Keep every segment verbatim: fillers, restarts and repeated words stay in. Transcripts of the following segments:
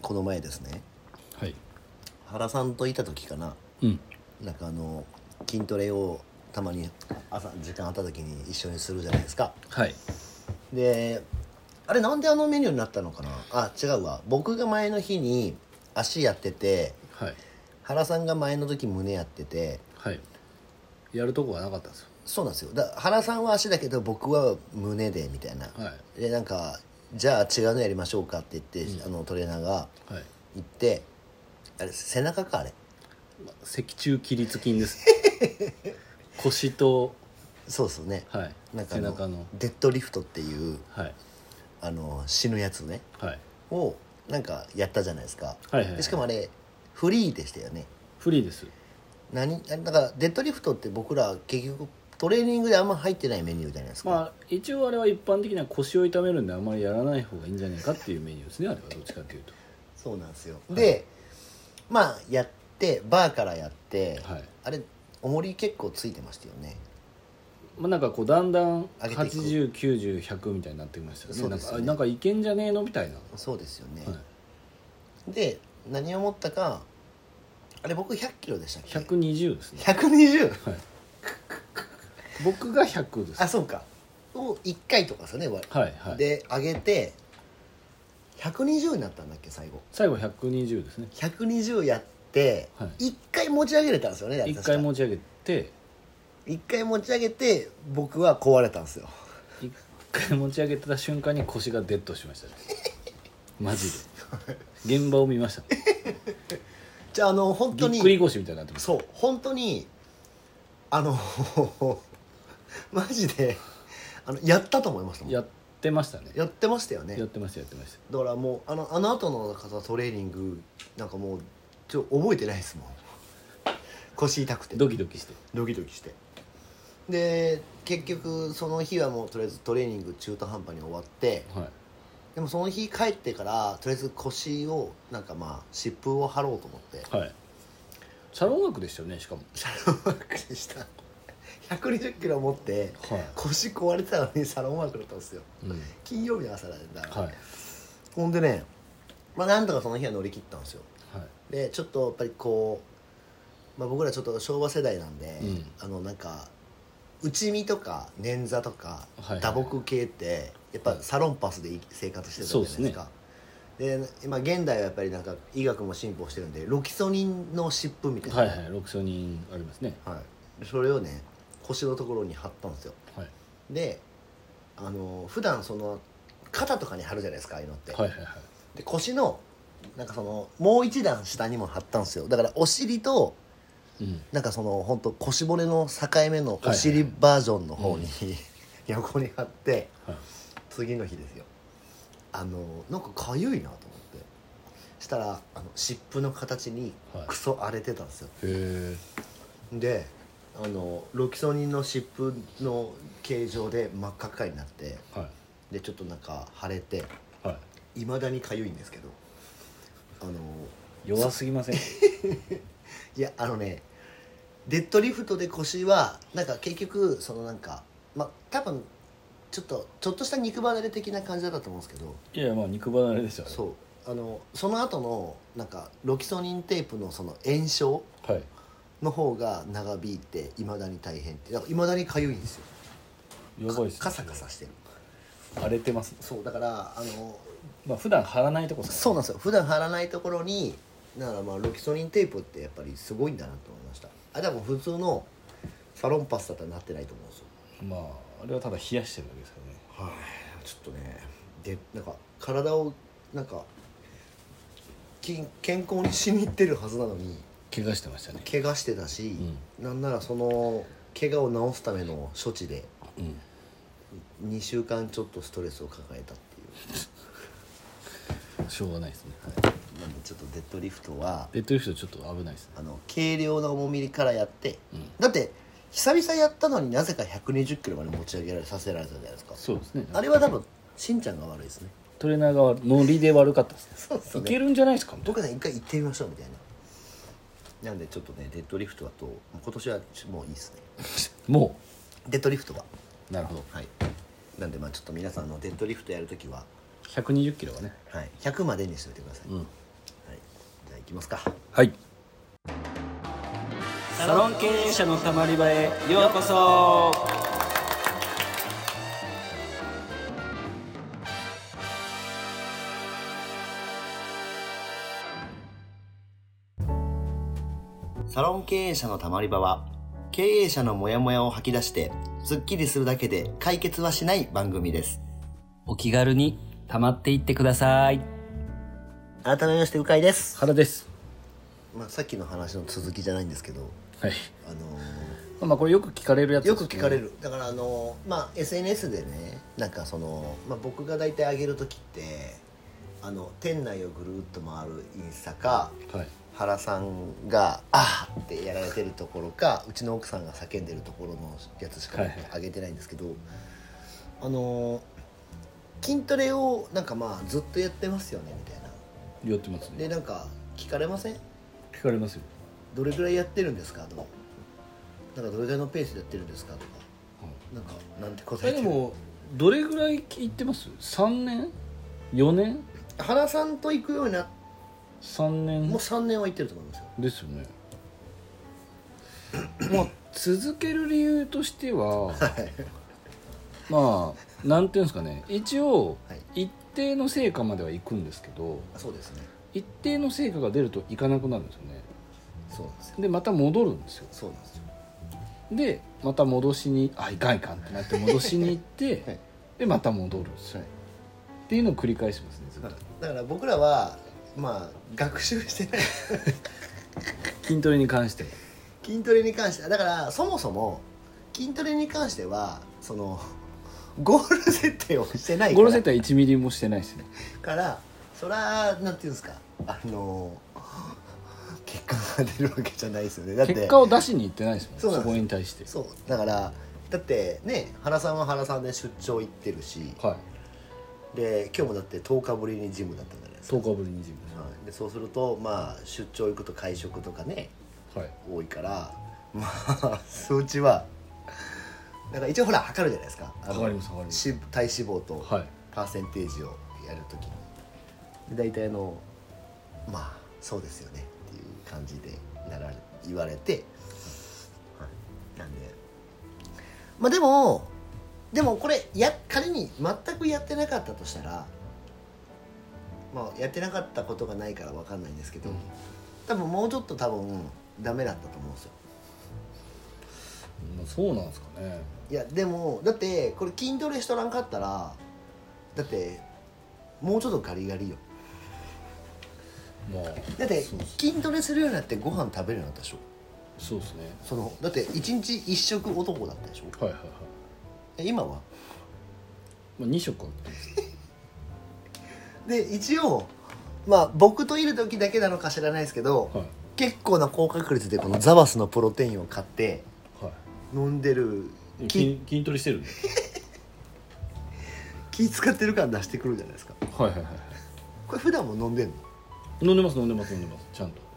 この前ですね、 はい、 原さんといた時かな、 うん、 なんかあの筋トレをたまに朝時間あった時に一緒にするじゃないですか。 はい、 であれなんであのメニューになったのかな。あ、違うわ、僕が前の日に足やってて、 はい、 原さんが前の時胸やってて、 はい、やるとこがなかったんですよ。 そうなんですよ。だ原さんは足だけど僕は胸でみたいな、 はでなんかじゃあ違うのやりましょうかって言って、 うん、 あのトレーナーがはい、 行って、あれ背中かあれ、 ま脊柱起立筋です腰と、 そうですよね、 はい、 なんか背中の、 デッドリフトっていう、 はい、 あの死ぬやつね、 はい、 をなんかやったじゃないですか、 はいはいはい、 でしかもあれフリーでしたよね。 フリーです。 何だからデッドリフトって僕ら結局トレーニングであんま入ってないメニューじゃないですか。 まあ一応あれは一般的には腰を痛めるんであんまりやらない方がいいんじゃないかっていうメニューですね、あれはどっちかっていうと。 そうなんですよ、 はい、 でまあやってバーからやって、 はい、 あれ重り結構ついてましたよね。 まあ、なんかこうだんだん上げていくはちじゅう、きゅうじゅう、ひゃくみたいになってきましたよね。 そうですよね、 なんか、なんかいけんじゃねえのみたいな。 そうですよね、 はい、 で何を思ったか、あれ僕ひゃっキロでしたっけ。 ひゃくにじゅうですね。 ひゃくにじゅう、 はい、僕がひゃくです。 あ、そうか、をいっかいとかですよね、 はいはい、 で上げてひゃくにじゅうになったんだっけ最後。 最後ひゃくにじゅうですね。 ひゃくにじゅうやって、 はい、 いっかい持ち上げれたんですよね。 いっかい持ち上げていっかい持ち上げて僕は壊れたんですよ。 いっかい持ち上げてた瞬間に腰がデッドしましたねマジで現場を見ましたじゃああの本当にぎっくり腰みたいになってます。 そう本当にあのマジであのやったと思いましたもん。 やってましたね。 やってましたよね。 やってましたやってました。 だからもうあのあの後の方トレーニングなんかもうちょっと覚えてないですもん。腰痛くてドキドキしてドキドキして、で結局その日はもうとりあえずトレーニング中途半端に終わって、 はい、 でもその日帰ってからとりあえず腰をなんかまあ湿布を貼ろうと思って、 はい、サロンワークでしたよね。しかもサロンワークでした。ひゃくにじゅっキロ持って、はい、腰壊れてたのにサロンワークだったんですよ、うん、金曜日の朝だった、はい、ほんでね、まあ、なんとかその日は乗り切ったんですよ、はい、でちょっとやっぱりこう、まあ、僕らちょっと昭和世代なんで、うん、あのなんか内身とか捻挫とか、はいはい、打撲系ってやっぱサロンパスで生活してたじゃないですか。で、ね、今現代はやっぱりなんか医学も進歩してるんでロキソニンの湿布みたいな、 はいはい、ロキソニンありますね、 はい、それをね腰のところに貼ったんですよ、はい、であの普段その肩とかに貼るじゃないですかああいうのって、はいはいはい、で腰のなんかそのもう一段下にも貼ったんですよ。だからお尻と、うん、なんかその本当腰骨の境目のお尻バージョンの方に、はいはい、横に貼って、はい、次の日ですよ、あのなんかかゆいなと思ってしたらあの湿布の形にクソ荒れてたんですよ、はい、へであのロキソニンの湿布の形状で真っ赤っかになって、はい、でちょっとなんか腫れて、はい、未だにかゆいんですけど、あの弱すぎませんいやあのねデッドリフトで腰はなんか結局そのなんかまあ多分ちょっとちょっとした肉離れ的な感じだったと思うんですけど、 いやまあ肉離れですよね。 そうあのその後のなんかロキソニンテープのその炎症、はいの方が長引いていまだに大変っていまだにかゆいんですよ。 やばいっすね。 カサカサしてる荒れてます、ね、 そうだからあのまあ普段貼らないところ、ね、 そうなんですよ。普段貼らないところにだからまあロキソニンテープってやっぱりすごいんだなと思いました。あれはもう普通のサロンパスだったらなってないと思うんですよ。 まああれはただ冷やしてるだけですからね。 はい、ちょっとねでなんか体をなんか健康にしにいってるはずなのに怪我してましたね。 怪我してたし、うん、なんならその怪我を治すための処置で、うん、にしゅうかんちょっとストレスを抱えたっていうしょうがないですね、 はい、なんでちょっとデッドリフトはデッドリフトちょっと危ないですね。 あの軽量な重みりからやって、うん、だって久々やったのになぜかひゃくにじゅっキロまで持ち上げられさせられたじゃないですか。 そうですね。 あれは多分しんちゃんが悪いですね。 トレーナーがノリで悪かったですね。そうそうね、いけるんじゃないですか。 僕はね一回行ってみましょうみたいな。なんでちょっとねデッドリフトだと今年はもういいですねもうデッドリフトはなるほど、 はい、なんでまあちょっと皆さんのデッドリフトやるときはひゃくにじゅっキロはね、 はい、ひゃくまでにしておいてください、うん、 きますか。 はい。サロン経営者のたまり場へようこそ。 サロン経営者のたまり場は、経営者のモヤモヤを吐き出してスッキリするだけで解決はしない番組です。 お気軽にたまっていってください。 改めまして、うかいです。 原です。 まあ、さっきの話の続きじゃないんですけど、 はい、 あのー、まあこれよく聞かれるやつですね。 よく聞かれる。だからあのー、まあ エスエヌエス でね、なんかその、まあ、僕が大体上げるときってあの店内をぐるっと回るインスタか、はい、原さんがあーってやられてるところか、うちの奥さんが叫んでるところのやつしか上げてないんですけど、はいはい、あのー、筋トレをなんかまあずっとやってますよねみたいな。 やってますね。 でなんか聞かれません？ 聞かれますよ。 どれぐらいやってるんですかとか、なんかどれぐらいのペースでやってるんですかとか、うん、なんかなんて答えてる。 でもどれぐらい行ってます？さんねんよねん原さんと行くようになっさんねんもうさんねんは行ってると思いますよ。 ですよね。まあ続ける理由としては、はい、まあなんていうんですかね、一応一定の成果までは行くんですけど、 そうですね、 一定の成果が出ると行かなくなるんですよね。 そうなんですよ。 でまた戻るんですよ。 そうなんですよ。 でまた戻しにあいかんいかんってなって戻しに行って、はい、でまた戻るんですよ、はい、っていうのを繰り返しますねずっと。 だから僕らはまあ学習してない筋トレに関して筋トレに関してはだからそもそも筋トレに関してはそのゴール設定をしてないから、 ゴール設定はいちミリもしてないですね。 からそらなんていうんですか、あの結果が出るわけじゃないですよね。だって結果を出しに行ってないですもん。 そうなんです。 そこに対して。 そうだからだってね、原さんは原さんで出張行ってるし、はい、で今日もだってとおかぶりにジムだったんじゃないですか。 とおかぶりにジム、 はい、でそうするとまあ出張行くと会食とかね、はい、多いからまあ数値はだから一応ほら測るじゃないですか。 測ります測ります。 体脂肪とパーセンテージをやるときに、で大体あのまあそうですよねっていう感じでなら言われて、はい、なんでまあでもでもこれや仮に全くやってなかったとしたら、まあやってなかったことがないから分かんないんですけど、うん、多分もうちょっと多分ダメだったと思うんですよ。 まあ、そうなんですかね。 いやでもだってこれ筋トレしとらんかったらだってもうちょっとガリガリよ。まあ、だって筋トレするようになってご飯食べるようになったでしょ。 そうですね。 そのだっていちにちいっ食男だったでしょ。 はいはいはい。 今は、 まあ、に食はで一応まあ僕といる時だけなのか知らないですけど、はい、結構な高確率でこのザバスのプロテインを買って飲んでる、 はい、筋, 筋トレしてるんで気使ってる感出してくるじゃないですか。 はいはいはい。 これ普段も飲んでんの？ 飲んでます飲んでます飲んでますちゃんと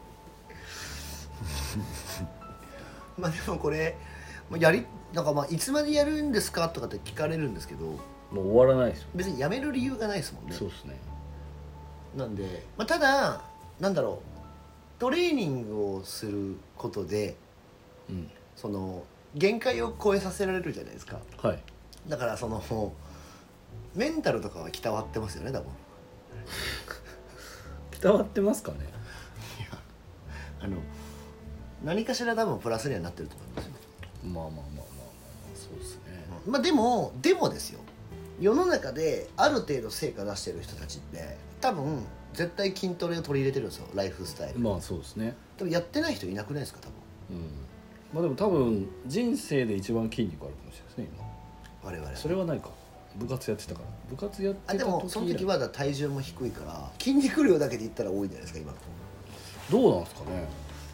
まあでもこれやりなんかまあいつまでやるんですかとかって聞かれるんですけど、 もう終わらないですよ。 別にやめる理由がないですもんね。 そうですね。 なんで、まあ、ただなんだろう、トレーニングをすることで、うん、その限界を超えさせられるじゃないですか。はい。だからそのメンタルとかは鍛わってますよね多分伝わってますかね。 いやあの何かしら多分プラスにはなってると思いますよ。 まあまあまあまあまあ、まあ、そうですね。 まあでもでもですよ、世の中である程度成果出してる人たちって多分絶対筋トレを取り入れてるんですよ、ライフスタイル。 まあそうですね。 でもやってない人いなくないですか多分。うん。 まあでも多分人生で一番筋肉あるかもしれないですね今。我々。それはないか。部活やってたから。部活やってた時。 あでもその時は体重も低いから筋肉量だけで言ったら多いんじゃないですか今。 どうなんですかね。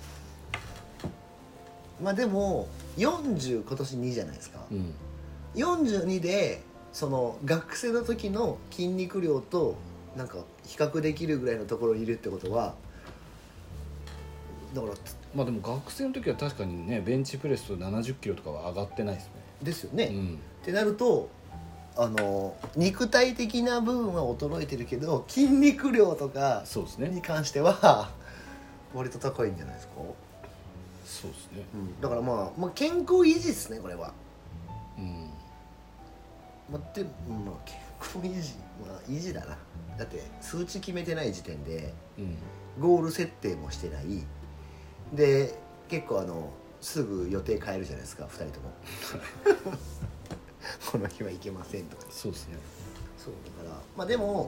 まあでもよんじゅう今年にじゃないですか。うん、よんじゅうにでその学生の時の筋肉量となんか比較できるぐらいのところにいるってことは、だからまあでも学生の時は確かにねベンチプレスとななじゅっキロとかは上がってないですね。 ですよね。うん、ってなるとあの肉体的な部分は衰えてるけど筋肉量とかに関しては、 割と高いんじゃないですか。 そうですね、 うん、だからまあ、まあ、健康維持ですねこれは。うんまあ、で、まあ、健康維持まあ維持だな。だって数値決めてない時点で、うん、ゴール設定もしてないで結構あのすぐ予定変えるじゃないですかふたりともこの日は行けませんとか。 そうですね。 そうだからまあでも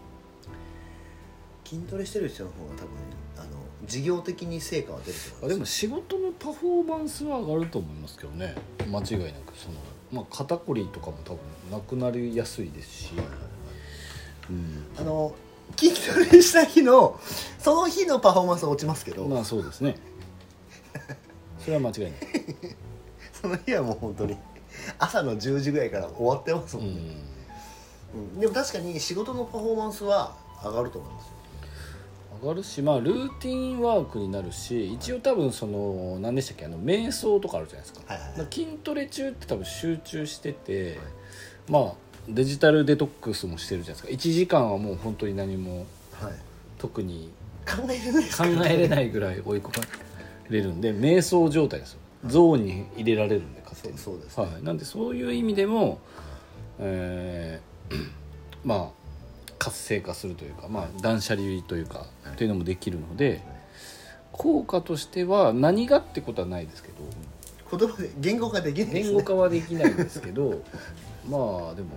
筋トレしてる人の方が多分あの事業的に成果は出ると思います。 あでも仕事のパフォーマンスは上がると思いますけどね。間違いなくその、まあ、肩こりとかも多分なくなりやすいですし、 うん、あの筋トレした日のその日のパフォーマンスは落ちますけど、 まあそうですねそれは間違いないその日はもう本当に朝のじゅうじぐらいから終わってますもんね、うんうん、でも確かに仕事のパフォーマンスは上がると思いますよ。 上がるし、まあ、ルーティンワークになるし一応多分その何でしたっけあの瞑想とかあるじゃないですか、はいはいはい、筋トレ中って多分集中してて、はい、まあデジタルデトックスもしてるじゃないですか。いちじかんはもう本当に何も、はい、特に考えれないですか、ね、 考えれないぐらい追い込まれるんで瞑想状態ですよ。ゾーンに入れられるんで勝手に。 そうですね、 はい、なんでそういう意味でも、えー、まあ活性化するというか、まあ、断捨離というか、はい、というのもできるので、はい、効果としては何がってことはないですけど言葉で言語化できないですね。 言語化はできないんですけどまあでも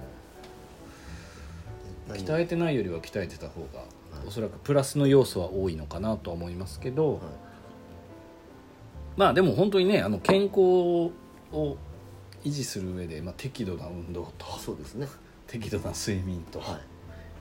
鍛えてないよりは鍛えてた方が、はい、おそらくプラスの要素は多いのかなとは思いますけど、はい、まあでも本当にねあの健康を維持する上で、まあ、適度な運動とそうですね適度な睡眠と、はい、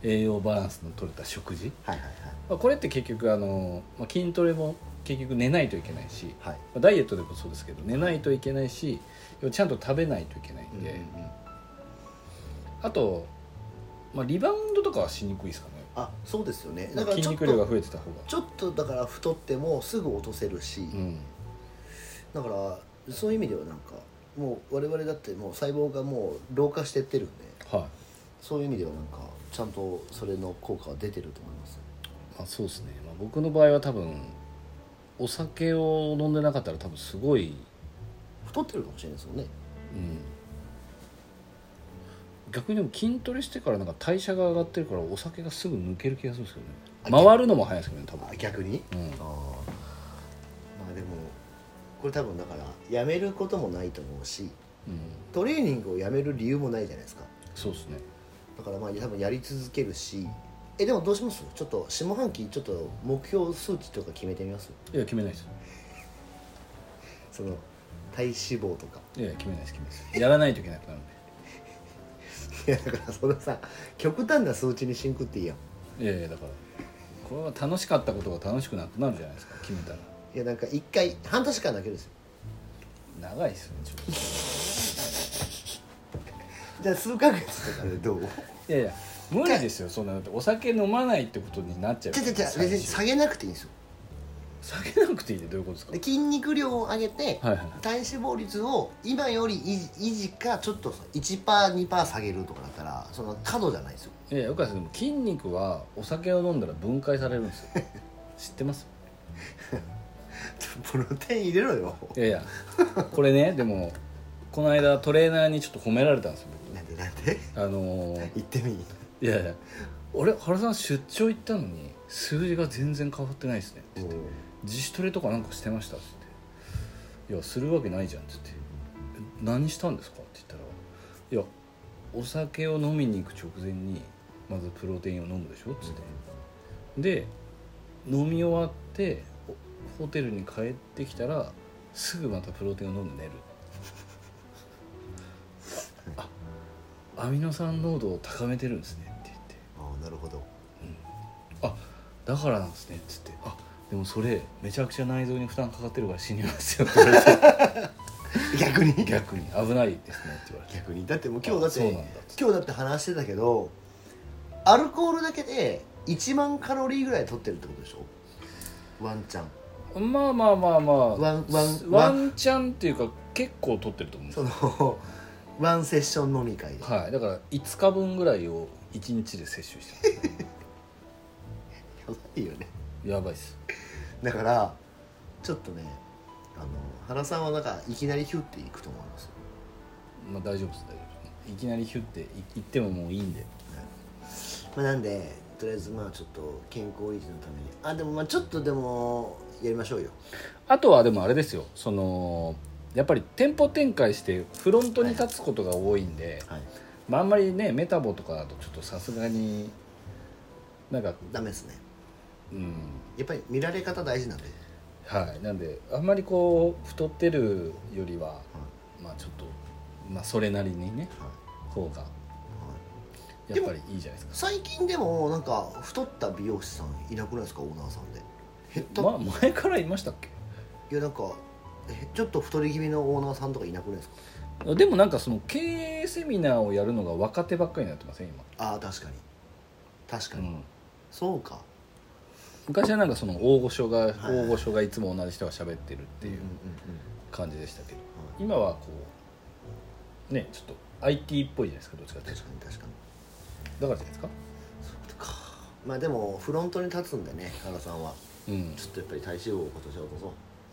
栄養バランスの取れた食事、はいはいはいまあ、これって結局あの、まあ、筋トレも結局寝ないといけないし、はいまあ、ダイエットでもそうですけど寝ないといけないしちゃんと食べないといけないんで、うんうんうん、あと、まあ、リバウンドとかはしにくいですかね。 あそうですよね。 だから筋肉量が増えてた方がちょっとだから太ってもすぐ落とせるし、うん、だからそういう意味ではなんかもう我々だってもう細胞がもう老化してってるんで、はい、そういう意味ではなんかちゃんとそれの効果が出てると思います。 まあ、そうですね、まあ、僕の場合は多分お酒を飲んでなかったら多分すごい太ってるかもしれないですよね、 うん、逆にでも筋トレしてからなんか代謝が上がってるからお酒がすぐ抜ける気がするんですけどね。回るのも早いですけどね多分。 逆に、うん、あまあでもこれ多分だからやめることもないと思うし、うん、トレーニングをやめる理由もないじゃないですか。 そうですね。 だからまあ多分やり続けるし、えでもどうします？ちょっと下半期ちょっと目標数値とか決めてみます？ いや決めないです。 その体脂肪とか。 いや決めないです決めないです。やらないといけなくなるんで。いやだからそのさ極端な数値にしんくっていいやん。 いやいやだからこれは楽しかったことが楽しくなくなるじゃないですか決めたら。 いやなんかいっかい半年間だけですよ。 長いですよねちょっと。じゃあ数ヶ月とかでどう？ いやいや無理ですよそんなの。お酒飲まないってことになっちゃう。 じゃじゃじゃ別に下げなくていいんですよ。 下げなくていいってどういうことですか？ で筋肉量を上げて、はいはい、体脂肪率を今より維持かちょっと いちパーセントにパーセント 下げるとかだったらその過度じゃないですよ。 いやいや岡田さんでも筋肉はお酒を飲んだら分解されるんですよ知ってます？ プロテイン入れろよ。 いやいやこれねでもこの間トレーナーにちょっと褒められたんですよ僕。 なんでなんであのー、 言ってみ。 いやいや俺原さん出張行ったのに数字が全然変わってないですねって言って自主トレとかなんかしてましたって言っていやするわけないじゃんって言って何したんですかって言ったらいやお酒を飲みに行く直前にまずプロテインを飲むでしょって言ってで飲み終わってホテルに帰ってきたらすぐまたプロテインを飲んで寝るあアミノ酸濃度を高めてるんですねって言って。 ああなるほど、 うん、あだからなんですねっつってあでもそれめちゃくちゃ内臓に負担かかってるから死にますよって言われて逆に逆に危ないですねって言われて。 逆にだってもう今日だって今日だって話してたけどアルコールだけでいちまんカロリーぐらい取ってるってことでしょワンチャン。 まあまあまあまあワンワンワンチャンっていうか結構取ってると思うんですよ。 そのワンセッション飲み会で、 はい、だからいつかぶんぐらいをいちにちで摂取してます、ね、 やばいよね。 やばいっす。 だからちょっとねあの原さんはなんかいきなりヒュッていくと思います。 まあ大丈夫です大丈夫です。いきなりヒュッていってももういいんで、はい、 まあ、なんでとりあえずまあちょっと健康維持のためにあでもまあちょっとでもやりましょうよ。 あとはでもあれですよ、そのやっぱり店舗展開してフロントに立つことが多いんで、はいはい、まあ、あんまりねメタボとかだとちょっとさすがになんかダメですね。 うん、 やっぱり見られ方大事なんで、 はい、なんであんまりこう太ってるよりは、はい、まあちょっとまあそれなりにね、はい、方が、はい、やっぱりいいじゃないですか。 最近でもなんか太った美容師さんいなくないですか、オーナーさんで。減った、 ま、前からいましたっけ。 いやなんかちょっと太り気味のオーナーさんとかいなくないですか。 でもなんかその経営セミナーをやるのが若手ばっかりになってません今。ああ確かに確かに、うん、そうか。 昔はなんかその大御所が、はいはい、大御所がいつも同じ人が喋ってるっていう感じでしたけど、うんうんうん、今はこうねちょっと アイティー っぽいじゃないですか、どっちかって。 確かに確かに。 だからじゃないですか。 そうか。まあでもフロントに立つんでね原さんは、うん、ちょっとやっぱり体脂肪を今年は落とそう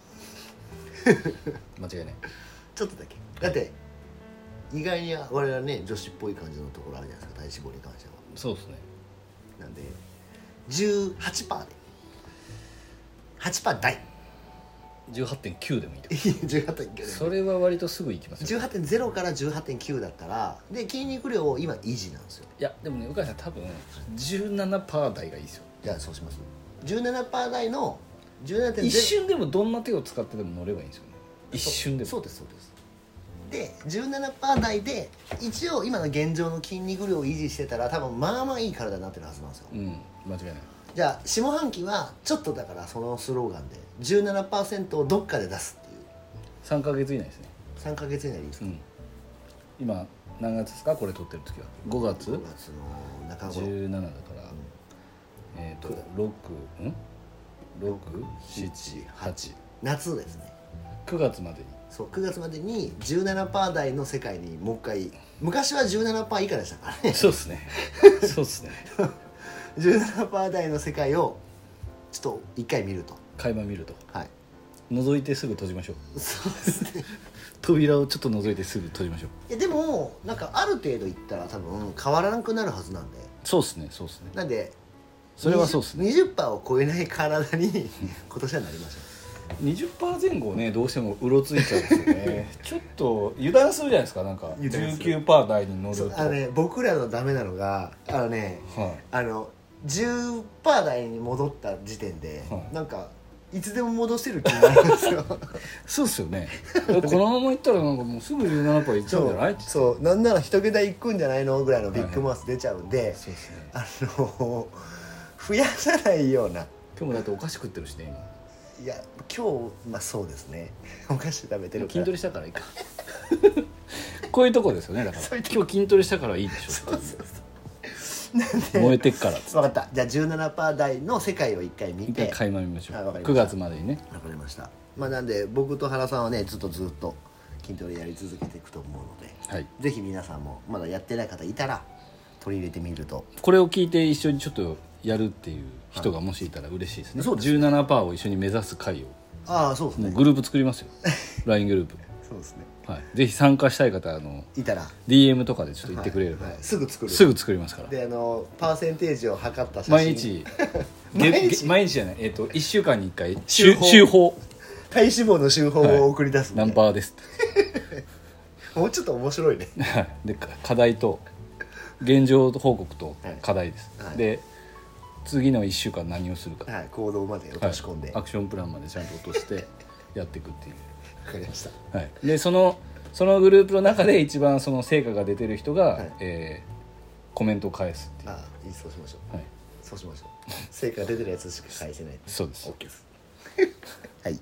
間違いない。 ちょっとだけ。だって意外に我々ね女子っぽい感じのところあるじゃないですか、体脂肪に関しては。 そうですね。 なんで じゅうはちパーセント で はちパーセント 台じゅうはちてんきゅう でもいいとじゅうはちてんきゅうそれは割とすぐいきますよ。 じゅうはちてんゼロ から じゅうはちてんきゅう だったらで筋肉量今維持なんですよ。 いやでもね、鵜飼さん多分 じゅうななパーセント 台がいいですよ。 じゃあそうします。 じゅうななパーセント 台の じゅうななてんゼロ一瞬でもどんな手を使ってでも乗ればいいんですよね。一瞬でも。 そうですそうです。で じゅうななパーセント 台で一応今の現状の筋肉量を維持してたら多分まあまあいい体になってるはずなんですよ。 うん、間違いない。 じゃあ下半期はちょっとだからそのスローガンで じゅうななパーセント をどっかで出すっていう。 さんかげつ以内ですね。 さんかげつ以内でいいですか、うん、 今何月ですかこれ撮ってる時は。ごがつごがつの中頃。 じゅうななだから、うん、えっ、ー、とろくんろく、しち、はち夏ですね。 くがつまでに。 そうくがつまでに じゅうななパーセント 台の世界にもう一回。昔は じゅうななパーセント 以下でしたからね。 そうですねそうですねじゅうななパーセント 台の世界をちょっと一回見ると。 垣間見ると。 はい。 覗いてすぐ閉じましょう。 そうですね扉をちょっと覗いてすぐ閉じましょう。 いやでもなんかある程度いったら多分変わらなくなるはずなんで。 そうですねそうですね。 なんでそれはそうですね。 にじゅっパーセント を超えない体に今年はなりましょうにじゅっパーセント 前後をねどうしてもうろついちゃうんですよねちょっと油断するじゃないですか。なんか じゅうきゅうパーセント 台に乗ると。 あの、ね、僕らのダメなのがあのね、はい、あの じゅっパーセント 台に戻った時点で、はい、なんかいつでも戻せる気になるんですよそうっすよねこのままいったらなんかもうすぐ じゅうななパーセント いっちゃうんじゃないって。 そうそうなんなら一桁いくんじゃないのぐらいのビッグマウス出ちゃうんで、はいはい、 そうですね、 あの増やさないような。 今日もだってお菓子食ってるしね今。いや今日まあそうですねお菓子食べてるから筋トレしたからいいかこういうとこですよね。だから今日筋トレしたからいいでしょ。そうそうそう燃えてっからっつって。 分かった。じゃあ じゅうななパーセント 台の世界を一回見て一回垣間見ましょう。 はい、 くがつまでにね。 分かりました。まあなんで僕と原さんはねずっとずっと筋トレやり続けていくと思うので、はい、ぜひ皆さんもまだやってない方いたら取り入れてみると。 これを聞いて一緒にちょっとやるっていう人がもしいたら嬉しいですね。そうですね。 じゅうななパーセント を一緒に目指す会を。 ああそうですね。 もうグループ作りますよライン グループ。 そうですね。 はい、ぜひ参加したい方あのいたらディーエム とかでちょっと言ってくれれば、 はいはい、すぐ作るすぐ作りますから。 であのパーセンテージを測った写真毎日毎日毎日じゃない、えー、といっしゅうかんにいっかい週報体脂肪の週報を送り出す、 はい、何パーですってもうちょっと面白いねで課題と現状報告と課題です、はい、で次のいっしゅうかん何をするか、 はい、行動まで落とし込んで、 はい、アクションプランまでちゃんと落としてやっていくっていうわかりました、 はい、でそのそのグループの中で一番その成果が出てる人が、はい、えー、コメントを返すっていう。 ああいい、そうしましょう、はい、そうしましょう成果が出てるやつしか返せないそうです OK ですはい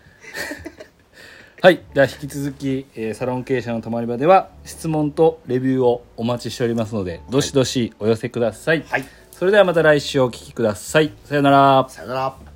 はい、では引き続き、えー、サロン経営者のたまり場では質問とレビューをお待ちしておりますので、どしどしお寄せください、はい、それではまた来週お聞きください。さよなら。 さよなら。